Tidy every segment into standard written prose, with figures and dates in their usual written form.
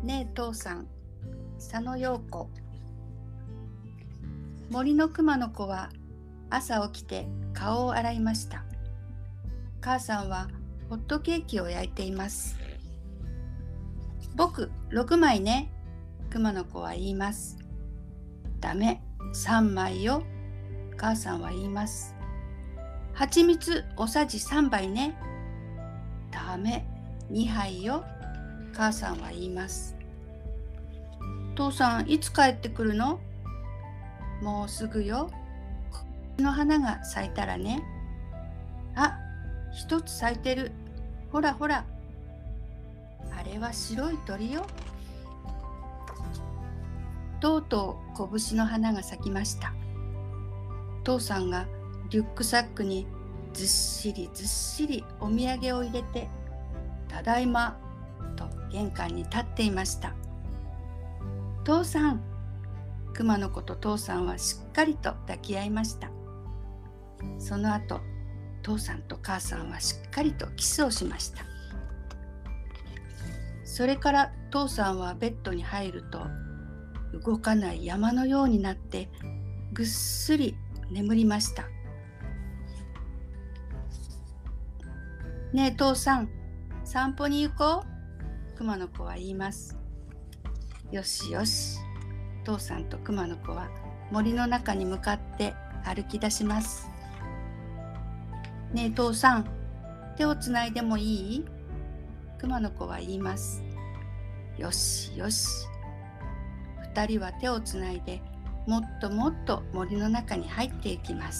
ねえ父さん、佐野陽子。森の熊の子は朝起きて顔を洗いました。母さんはホットケーキを焼いています。僕6枚ね、熊の子は言います。ダメ、3枚よ、母さんは言います。蜂蜜おさじ3杯ね。ダメ、2杯よ、母さんは言います。父さんいつ帰ってくるの？もうすぐよ。の花が咲いたらね。あ、一つ咲いてる。ほらほら。あれは白い鳥よ。とうとう拳の花が咲きました。父さんがリュックサックにずっしりずっしりお土産を入れて、ただいまと玄関に立っていました。父さん、熊の子と父さんはしっかりと抱き合いました。その後、父さんと母さんはしっかりとキスをしました。それから父さんはベッドに入ると、動かない山のようになってぐっすり眠りました。ねえ父さん、散歩に行こう、熊の子は言います。よしよし。父さんと熊の子は森の中に向かって歩き出します。ねえ父さん、手をつないでもいい？熊の子は言います。よしよし。二人は手をつないでもっともっと森の中に入っていきます。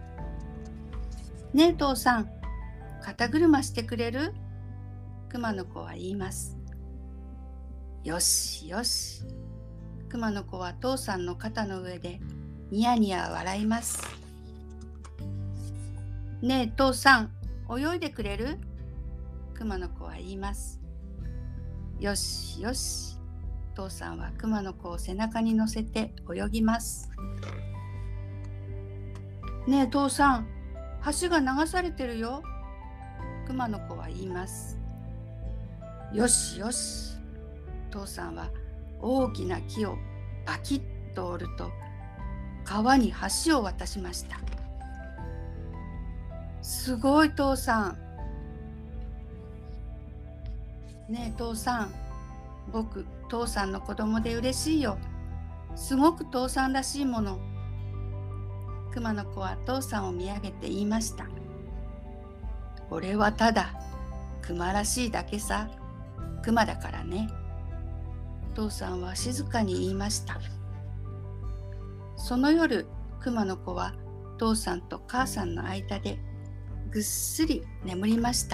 ねえ父さん、肩車してくれる？熊の子は言います。よしよし。熊の子は父さんの肩の上でニヤニヤ笑います。ねえ父さん、泳いでくれる？熊の子は言います。よしよし。父さんは熊の子を背中に乗せて泳ぎます。ねえ父さん、橋が流されてるよ、熊の子は言います。よしよし。父さんは大きな木をバキッと折ると、川に橋を渡しました。すごい父さん。ねえ父さん、僕父さんの子供で嬉しいよ。すごく父さんらしいもの。熊の子は父さんを見上げて言いました。俺はただ熊らしいだけさ。熊だからね。父さんは静かに言いました。その夜、熊の子は父さんと母さんの間でぐっすり眠りました。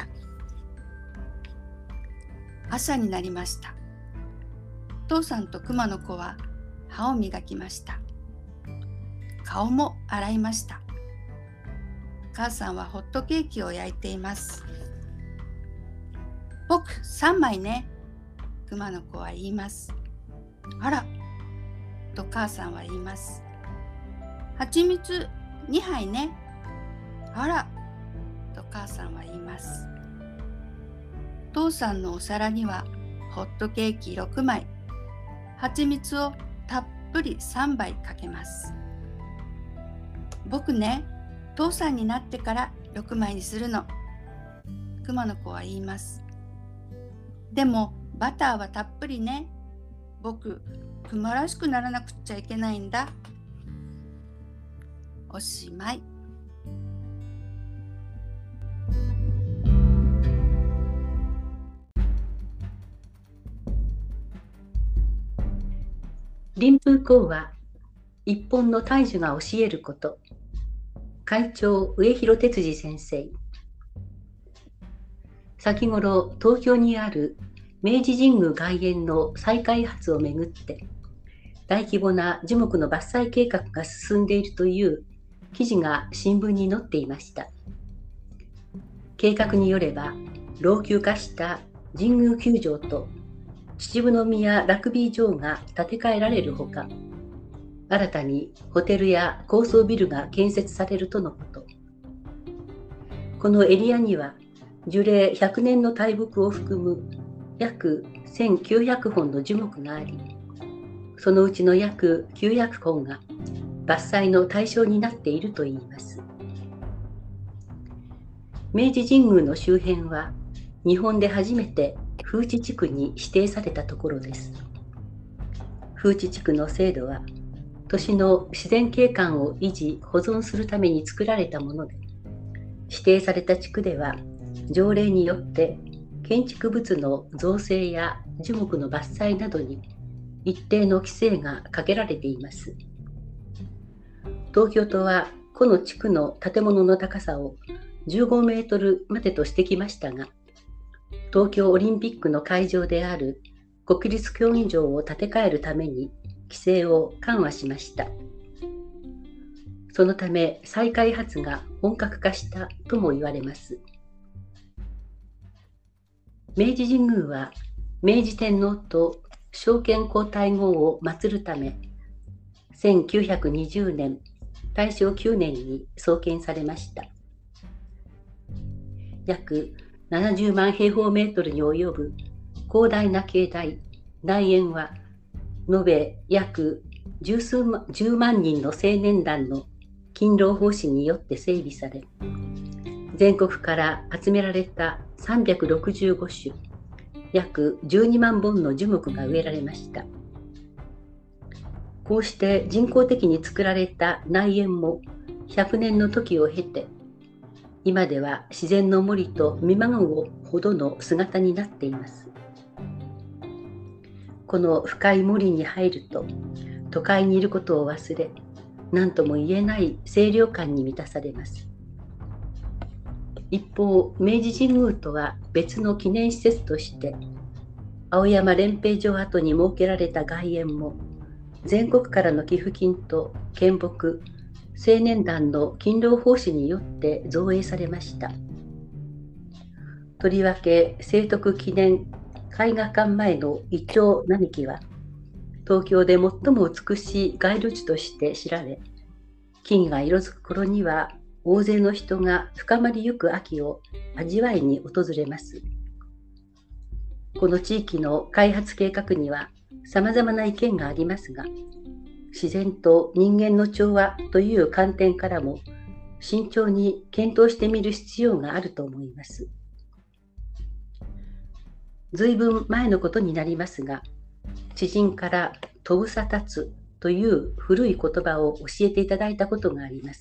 朝になりました。父さんと熊の子は歯を磨きました。顔も洗いました。母さんはホットケーキを焼いています。僕3枚ね、熊の子は言います。あら、と母さんは言います。蜂蜜2杯ね。あら、と母さんは言います。父さんのお皿にはホットケーキ6枚、蜂蜜をたっぷり3杯かけます。僕ね、父さんになってから6枚にするの、熊の子は言います。でもバターはたっぷりね。僕、熊らしくならなくっちゃいけないんだ。おしまい。 林風講話、一本の大樹が教えること。会長上広哲司先生。先頃、東京にある明治神宮外苑の再開発をめぐって大規模な樹木の伐採計画が進んでいるという記事が新聞に載っていました。計画によれば、老朽化した神宮球場と秩父宮ラグビー場が建て替えられるほか、新たにホテルや高層ビルが建設されるとのこと。このエリアには樹齢100年の大木を含む約1900本の樹木があり、そのうちの約900本が伐採の対象になっているといいます。明治神宮の周辺は日本で初めて風致地区に指定されたところです。風致地区の制度は都市の自然景観を維持・保存するために作られたもので、指定された地区では条例によって建築物の造成や樹木の伐採などに一定の規制がかけられています。東京都はこの地区の建物の高さを15メートルまでとしてきましたが、東京オリンピックの会場である国立競技場を建て替えるために規制を緩和しました。そのため再開発が本格化したとも言われます。明治神宮は明治天皇と昭憲皇太后を祀るため、1920年大正9年に創建されました。約70万平方メートルに及ぶ広大な境内、内苑は延べ約10万人の青年団の勤労奉仕によって整備され、全国から集められた365種、約12万本の樹木が植えられました。こうして人工的に作られた内苑も100年の時を経て、今では自然の森と見まごうほどの姿になっています。この深い森に入ると、都会にいることを忘れ、何とも言えない清涼感に満たされます。一方、明治神宮とは別の記念施設として、青山練兵場跡に設けられた外苑も、全国からの寄付金と献木、青年団の勤労奉仕によって造営されました。とりわけ聖徳記念絵画館前のイチョウ並木は、東京で最も美しい街路樹として知られ、木々が色づく頃には大勢の人が深まりゆく秋を味わいに訪れます。この地域の開発計画には様々な意見がありますが、自然と人間の調和という観点からも慎重に検討してみる必要があると思います。ずいぶん前のことになりますが、知人からとぶさ立つという古い言葉を教えていただいたことがあります。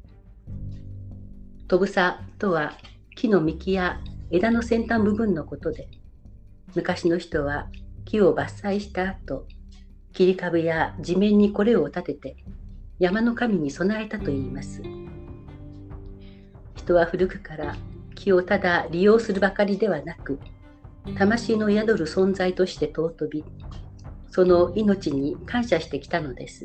とぶさとは木の幹や枝の先端部分のことで、昔の人は木を伐採した後、切り株や地面にこれを立てて山の神に備えたといいます。人は古くから木をただ利用するばかりではなく、魂の宿る存在として尊び、その命に感謝してきたのです。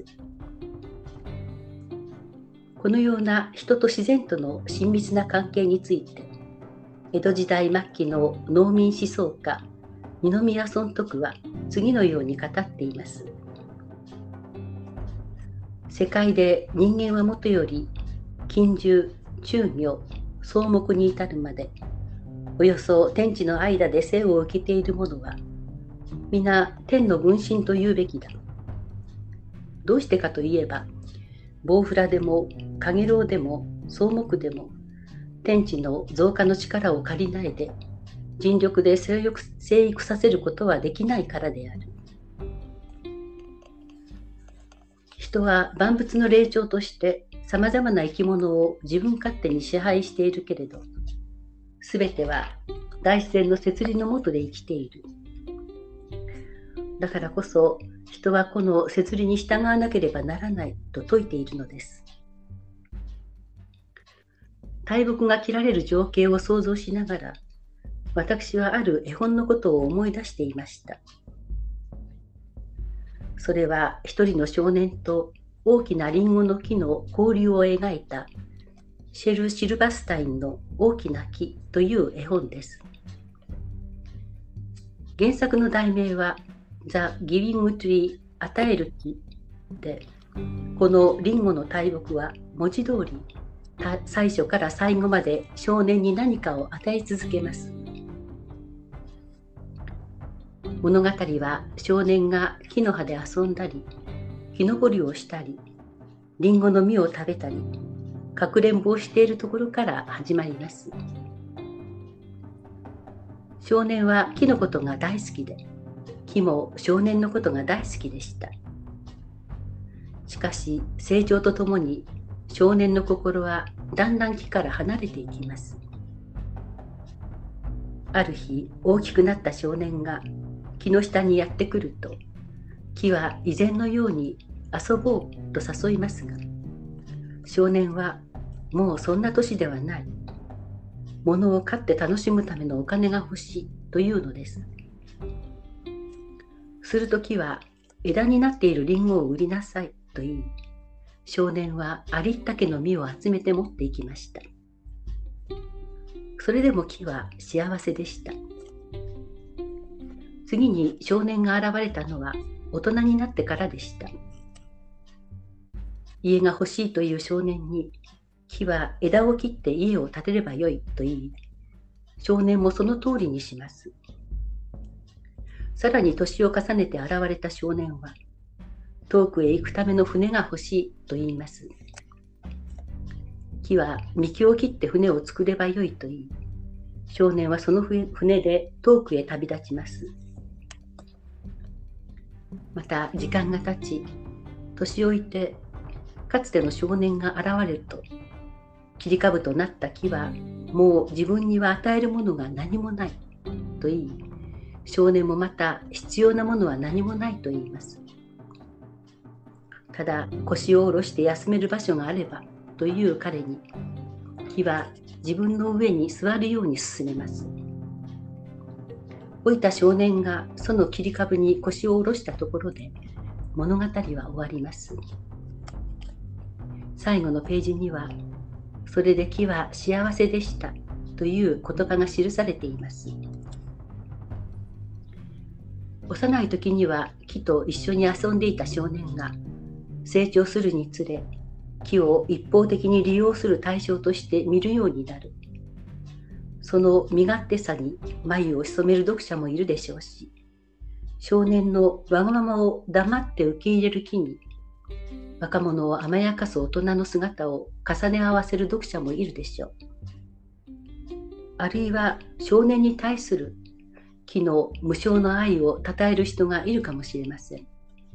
このような人と自然との親密な関係について、江戸時代末期の農民思想家二宮尊徳は次のように語っています。世界で人間はもとより近獣、虫魚、草木に至るまで、およそ天地の間で生を受けているものは、皆天の分身と言うべきだ。どうしてかといえば、ボウフラでもカゲロウでも草木でも、天地の増加の力を借りないで、尽力で生育させることはできないからである。人は万物の霊長としてさまざまな生き物を自分勝手に支配しているけれど、すべては大自然の摂理の下で生きている。だからこそ人はこの摂理に従わなければならないと説いているのです。大木が切られる情景を想像しながら、私はある絵本のことを思い出していました。それは一人の少年と大きなリンゴの木の交流を描いたシェル・シルバスタインの大きな木という絵本です。原作の題名は The Giving Tree 与える木で、このリンゴの大木は文字通り最初から最後まで少年に何かを与え続けます。 物語は少年が木の葉で遊んだり、木登りをしたり、リンゴの実を食べたり、かくれんぼをしているところから始まります。少年は木のことが大好きで、木も少年のことが大好きでした。しかし成長とともに少年の心はだんだん木から離れていきます。ある日、大きくなった少年が木の下にやってくると、木は以前のように遊ぼうと誘いますが、少年はもうそんな年ではない。物を飼って楽しむためのお金が欲しいというのです。すると木は、枝になっているリンゴを売りなさいと言い、少年はありったけの実を集めて持っていきました。それでも木は幸せでした。次に少年が現れたのは大人になってからでした。家が欲しいという少年に、木は枝を切って家を建てればよいと言い、少年もその通りにします。さらに年を重ねて現れた少年は、遠くへ行くための船が欲しいと言います。木は幹を切って船を作ればよいと言い、少年はその船で遠くへ旅立ちます。また時間が経ち、年老いて、かつての少年が現れると、切り株となった木はもう自分には与えるものが何もないと言い、少年もまた必要なものは何もないと言います。ただ腰を下ろして休める場所があればという彼に、木は自分の上に座るように進めます。老いた少年がその切り株に腰を下ろしたところで物語は終わります。最後のページには、それで木は幸せでしたという言葉が記されています。幼い時には木と一緒に遊んでいた少年が成長するにつれ、木を一方的に利用する対象として見るようになる。その身勝手さに眉を潜める読者もいるでしょうし、少年のわがままを黙って受け入れる木に、若者を甘やかす大人の姿を重ね合わせる読者もいるでしょう。あるいは少年に対する木の無償の愛を称える人がいるかもしれません。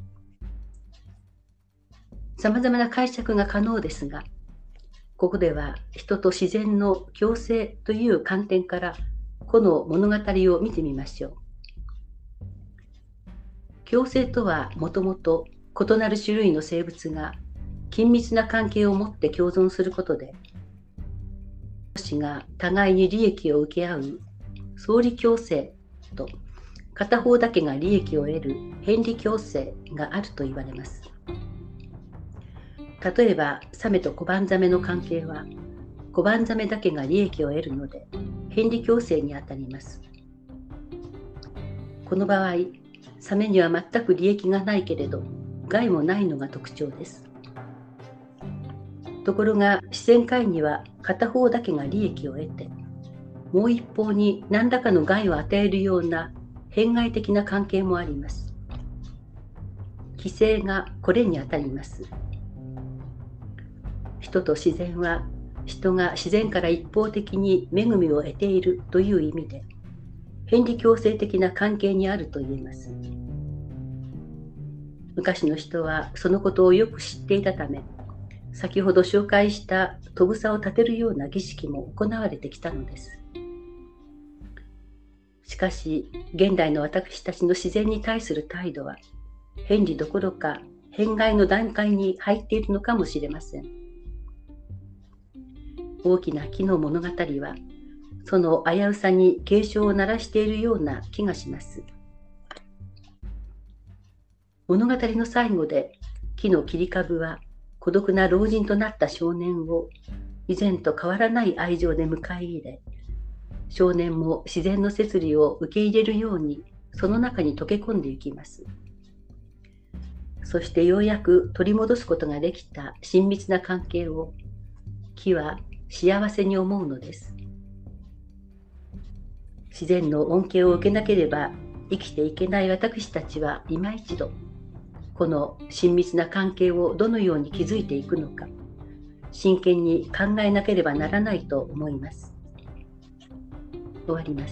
さまざまな解釈が可能ですが、ここでは人と自然の共生という観点からこの物語を見てみましょう。共生とはもともと異なる種類の生物が緊密な関係を持って共存することで、同士が互いに利益を受け合う相利共生と、片方だけが利益を得る偏利共生があると言われます。例えばサメとコバンザメの関係は、コバンザメだけが利益を得るので偏利共生にあたります。この場合、サメには全く利益がないけれど害もないのが特徴です。ところが自然界には片方だけが利益を得て、もう一方に何らかの害を与えるような変害的な関係もあります。寄生がこれにあたります。人と自然は、人が自然から一方的に恵みを得ているという意味で、偏利共生的な関係にあると言えます。昔の人はそのことをよく知っていたため、先ほど紹介したとぐさを立てるような儀式も行われてきたのです。しかし、現代の私たちの自然に対する態度は、偏利どころか偏害の段階に入っているのかもしれません。大きな木の物語は、その危うさに警鐘を鳴らしているような気がします。物語の最後で、木の切り株は孤独な老人となった少年を以前と変わらない愛情で迎え入れ、少年も自然の摂理を受け入れるようにその中に溶け込んでいきます。そしてようやく取り戻すことができた親密な関係を木は幸せに思うのです。自然の恩恵を受けなければ生きていけない私たちは今一度、この親密な関係をどのように築いていくのか、真剣に考えなければならないと思います。終わります。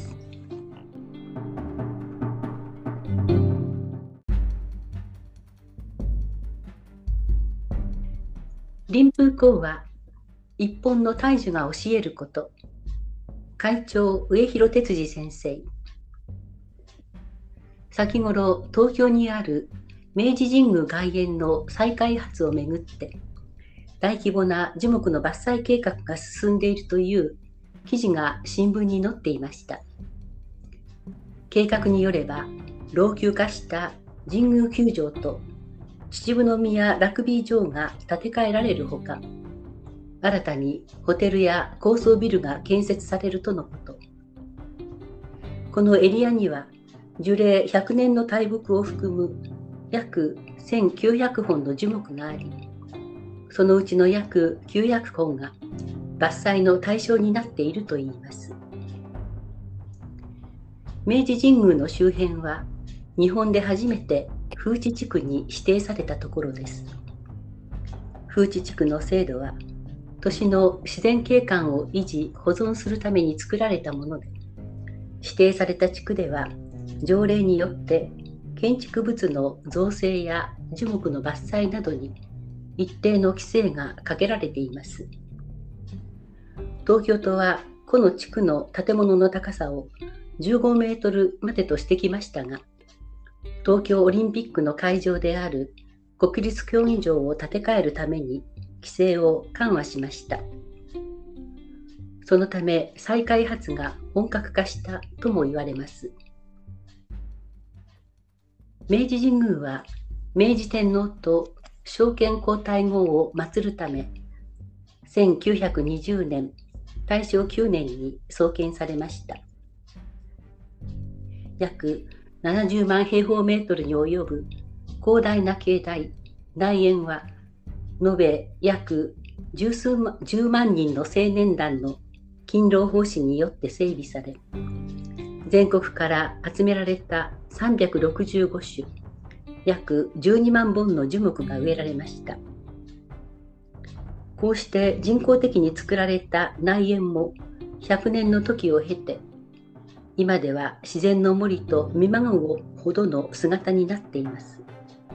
林風講話、一本の大樹が教えること。会長上広哲司先生。先頃、東京にある明治神宮外苑の再開発をめぐって大規模な樹木の伐採計画が進んでいるという記事が新聞に載っていました。計画によれば、老朽化した神宮球場と秩父宮ラグビー場が建て替えられるほか、新たにホテルや高層ビルが建設されるとのこと。このエリアには樹齢100年の大木を含む約1900本の樹木があり、そのうちの約900本が伐採の対象になっているといいます。明治神宮の周辺は日本で初めて風致地区に指定されたところです。風致地区の制度は都市の自然景観を維持・保存するために作られたもので、指定された地区では条例によって建築物の造成や樹木の伐採などに一定の規制がかけられています。東京都はこの地区の建物の高さを15メートルまでとしてきましたが、東京オリンピックの会場である国立競技場を建て替えるために規制を緩和しました。そのため再開発が本格化したとも言われます。明治神宮は明治天皇と昭憲皇太后を祀るため、1920年大正9年に創建されました。約70万平方メートルに及ぶ広大な境内、内苑は延べ約10万人の青年団の勤労奉仕によって整備され、全国から集められた365種、約12万本の樹木が植えられました。こうして人工的に作られた内苑も100年の時を経て、今では自然の森と見まごうほどの姿になっています。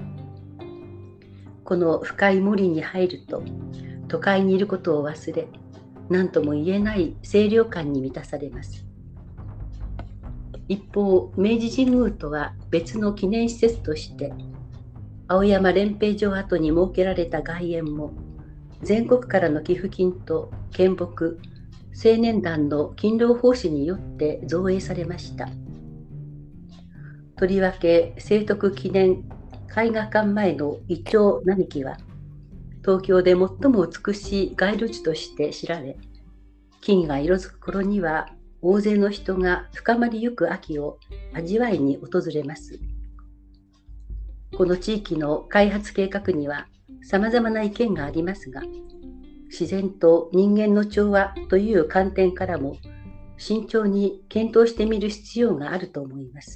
この深い森に入ると、都会にいることを忘れ、何とも言えない清涼感に満たされます。一方、明治神宮とは別の記念施設として、青山練兵場跡に設けられた外苑も、全国からの寄付金と献木、青年団の勤労奉仕によって造営されました。とりわけ聖徳記念絵画館前のイチョウ並木は、東京で最も美しい街路樹として知られ、木々が色づく頃には大勢の人が深まりゆく秋を味わいに訪れます。この地域の開発計画には様々な意見がありますが、自然と人間の調和という観点からも慎重に検討してみる必要があると思います。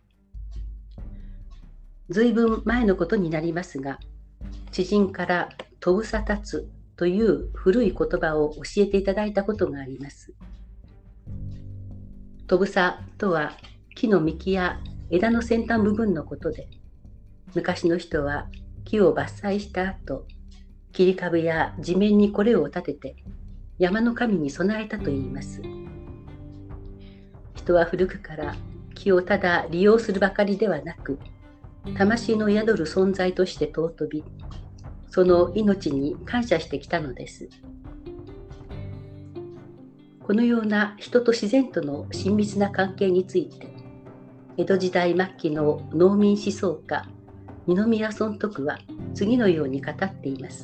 ずいぶん前のことになりますが、知人からとぶさ立つという古い言葉を教えていただいたことがあります。とぶさとは木の幹や枝の先端部分のことで、昔の人は木を伐採した後、切り株や地面にこれを立てて山の神に備えたといいます。人は古くから木をただ利用するばかりではなく、魂の宿る存在として尊び、その命に感謝してきたのです。このような人と自然との親密な関係について、江戸時代末期の農民思想家二宮尊徳は次のように語っています。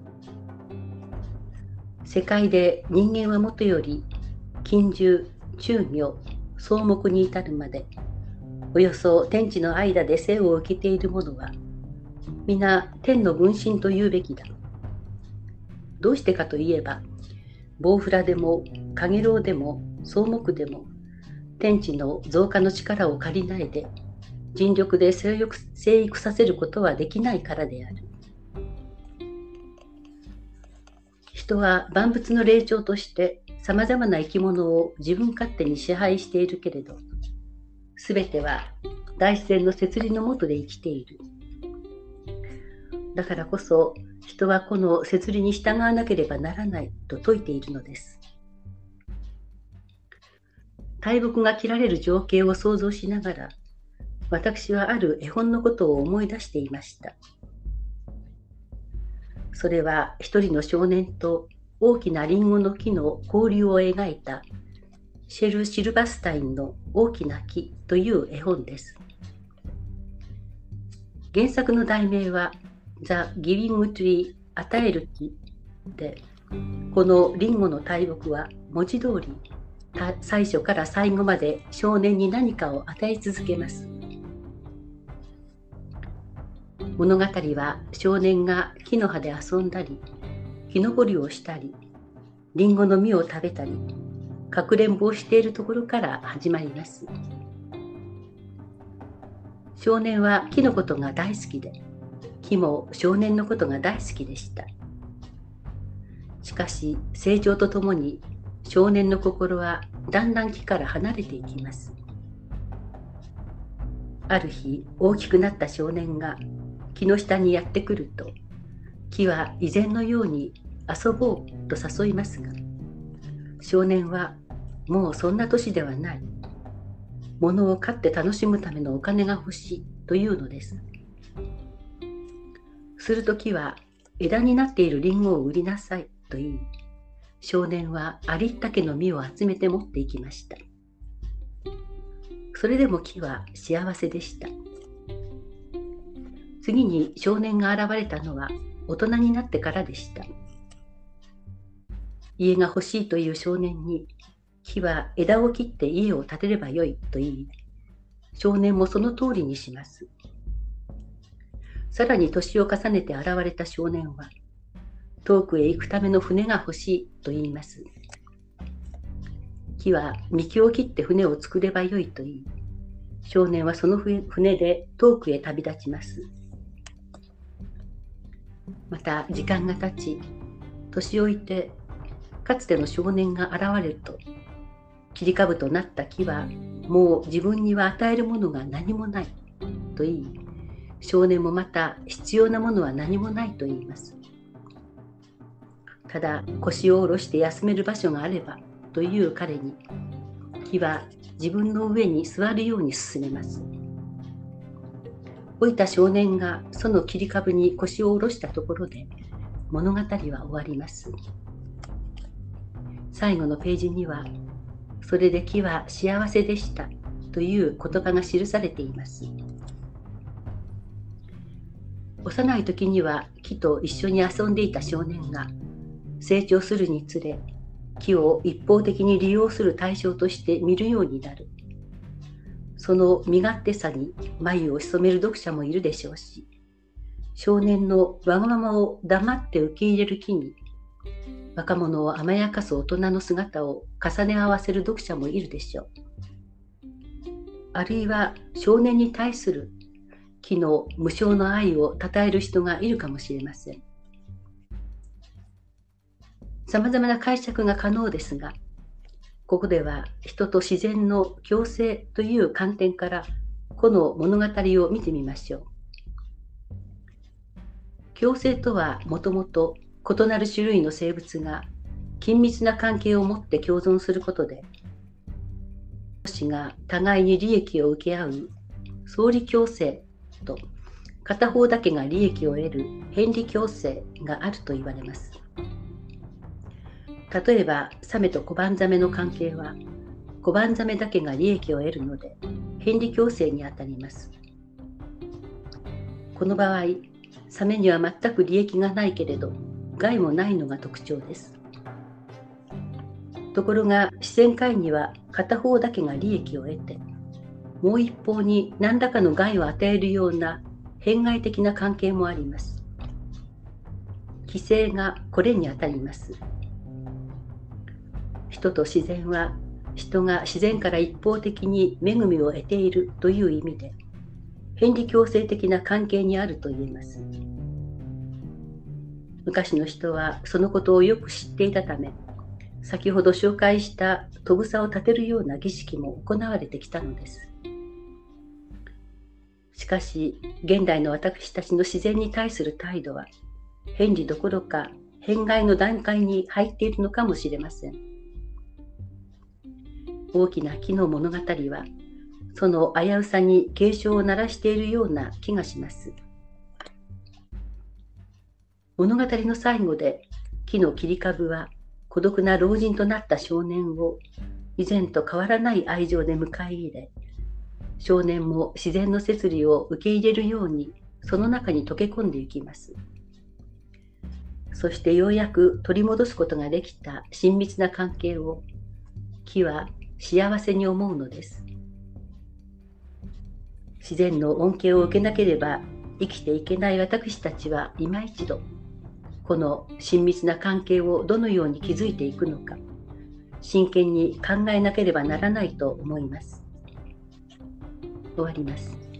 世界で人間はもとより近獣、虫魚、草木に至るまで、およそ天地の間で生を受けているものは、皆天の分身と言うべきだ。どうしてかといえば、ボウフラでもカゲロウでも草木でも、 天地の増加の力を借りないで尽力で生育させることはできないからである。人は万物の霊長としてさまざまな生き物を自分勝手に支配しているけれど、すべては大自然の摂理の下で生きている。だからこそ人はこの摂理に従わなければならないと説いているのです。大木が切られる情景を想像しながら、私はある絵本のことを思い出していました。それは一人の少年と大きなリンゴの木の交流を描いたシルバスタインの大きな木という絵本です。原作の題名はThe Giving Tree 与える木で、このリンゴの大木は文字通り最初から最後まで少年に何かを与え続けます。物語は少年が木の葉で遊んだり、木登りをしたり、リンゴの実を食べたり、かくれんぼをしているところから始まります。少年は木のことが大好きで、木も少年のことが大好きでした。しかし成長とともに少年の心はだんだん木から離れていきます。ある日、大きくなった少年が木の下にやってくると、木は以前のように遊ぼうと誘いますが、少年はもうそんな年ではない。物を買って楽しむためのお金が欲しいというのです。すると木は、枝になっているリンゴを売りなさいと言い、少年はありったけの実を集めて持っていきました。それでも木は幸せでした。次に少年が現れたのは大人になってからでした。家が欲しいという少年に、木は枝を切って家を建てればよいと言い、少年もその通りにします。さらに年を重ねて現れた少年は、遠くへ行くための船が欲しいと言います。木は幹を切って船を作ればよいと言い、少年はその船で遠くへ旅立ちます。また時間が経ち、年老いてかつての少年が現れると、切り株となった木はもう自分には与えるものが何もないと言い、少年もまた必要なものは何もないと言います。ただ腰を下ろして休める場所があればという彼に、木は自分の上に座るように進めます。老いた少年がその切り株に腰を下ろしたところで物語は終わります。最後のページには、それで木は幸せでしたという言葉が記されています。幼い時には木と一緒に遊んでいた少年が成長するにつれ、木を一方的に利用する対象として見るようになる。その身勝手さに眉を潜める読者もいるでしょうし、少年のわがままを黙って受け入れる木に、若者を甘やかす大人の姿を重ね合わせる読者もいるでしょう。あるいは少年に対する木の無償の愛を称える人がいるかもしれません。さまざまな解釈が可能ですが、ここでは人と自然の共生という観点からこの物語を見てみましょう。共生とはもともと異なる種類の生物が緊密な関係を持って共存することで、同士が互いに利益を受け合う相利共生と、片方だけが利益を得る偏利共生があると言われます。例えばサメとコバンザメの関係は、コバンザメだけが利益を得るので偏利共生にあたります。この場合、サメには全く利益がないけれど害もないのが特徴です。ところが自然界には片方だけが利益を得て、もう一方に何らかの害を与えるような変害的な関係もあります。寄生がこれにあたります。人と自然は人が自然から一方的に恵みを得ているという意味で、偏利強制的な関係にあると言えます。昔の人はそのことをよく知っていたため、先ほど紹介したとぐさを立てるような儀式も行われてきたのです。しかし、現代の私たちの自然に対する態度は、偏利どころか偏害の段階に入っているのかもしれません。大きな木の物語は、その危うさに警鐘を鳴らしているような気がします。物語の最後で、木の切り株は孤独な老人となった少年を以前と変わらない愛情で迎え入れ、少年も自然の摂理を受け入れるようにその中に溶け込んでいきます。そしてようやく取り戻すことができた親密な関係を木は幸せに思うのです。自然の恩恵を受けなければ生きていけない私たちは今一度、この親密な関係をどのように築いていくのか、真剣に考えなければならないと思います。終わります。